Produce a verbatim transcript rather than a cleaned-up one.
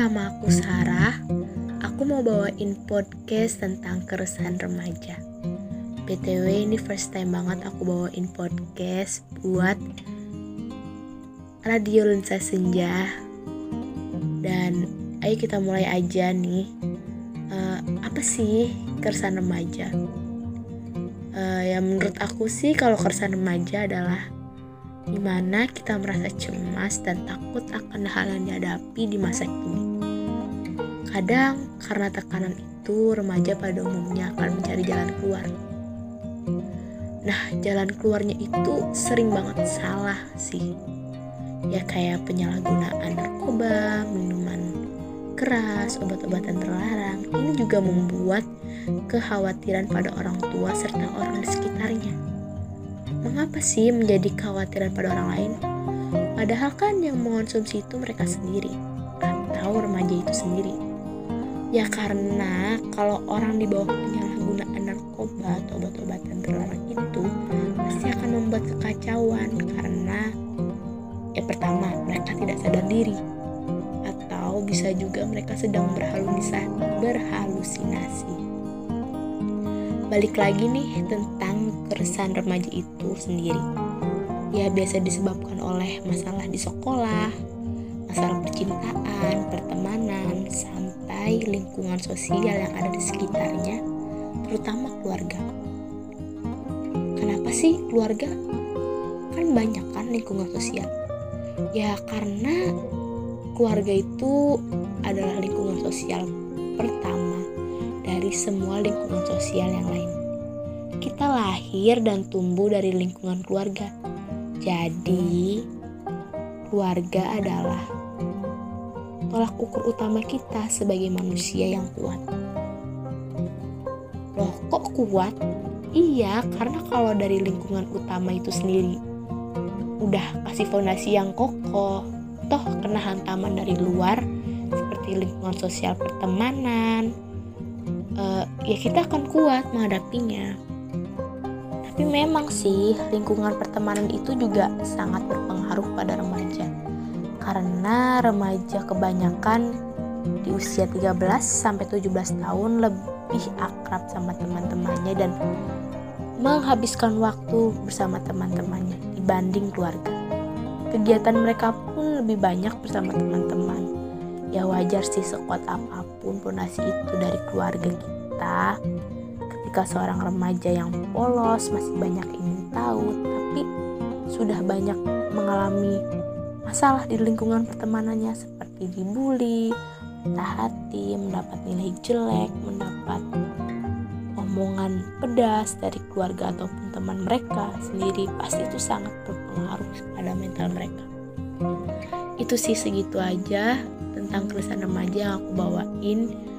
nama aku Sarah. Aku mau bawain podcast tentang keresahan remaja. B T W ini first time banget aku bawain podcast buat Radio Lensa Senja. Dan ayo kita mulai aja nih. uh, Apa sih keresahan remaja? Uh, ya menurut aku sih kalau keresahan remaja adalah dimana kita merasa cemas dan takut akan hal yang dihadapi di masa kini. Kadang karena tekanan itu remaja pada umumnya akan mencari jalan keluar. Nah, jalan keluarnya itu sering banget salah sih. Ya kayak penyalahgunaan narkoba, minuman keras, obat-obatan terlarang. Ini juga membuat kekhawatiran pada orang tua serta orang di sekitarnya. Mengapa sih menjadi kekhawatiran pada orang lain? Padahal kan yang mengonsumsi itu mereka sendiri atau remaja itu sendiri. Ya karena kalau orang di bawah penyalahgunaan narkoba atau obat-obatan terlarang itu pasti akan membuat kekacauan karena ya pertama mereka tidak sadar diri atau bisa juga mereka sedang berhalusinasi. berhalusinasi. Balik lagi nih tentang keresahan remaja itu sendiri. Ya biasa disebabkan oleh masalah di sekolah, masalah percintaan, pertemanan, sampai lingkungan sosial yang ada di sekitarnya, terutama keluarga. Kenapa sih keluarga? Kan banyak kan lingkungan sosial. Ya karena keluarga itu adalah lingkungan sosial pertama dari semua lingkungan sosial yang lain. Kita lahir dan tumbuh dari lingkungan keluarga. Jadi, keluarga adalah tolak ukur utama kita sebagai manusia yang kuat. Loh, kok kuat? Iya, karena kalau dari lingkungan utama itu sendiri udah kasih fondasi yang kokoh, toh kena hantaman dari luar seperti lingkungan sosial pertemanan, Uh, ya kita akan kuat menghadapinya. Tapi memang sih lingkungan pertemanan itu juga sangat berpengaruh pada remaja. Karena remaja kebanyakan di usia tiga belas sampai tujuh belas tahun lebih akrab sama teman-temannya dan menghabiskan waktu bersama teman-temannya dibanding keluarga. Kegiatan mereka pun lebih banyak bersama teman-teman. Ya wajar sih sekuat apapun fondasi itu dari keluarga kita, ketika seorang remaja yang polos masih banyak ingin tahu tapi sudah banyak mengalami masalah di lingkungan pertemanannya seperti dibully, patah hati, mendapat nilai jelek, mendapat omongan pedas dari keluarga ataupun teman mereka sendiri, pasti itu sangat berpengaruh pada mental mereka. Itu sih segitu aja tentang keresahan remaja yang aku bawain.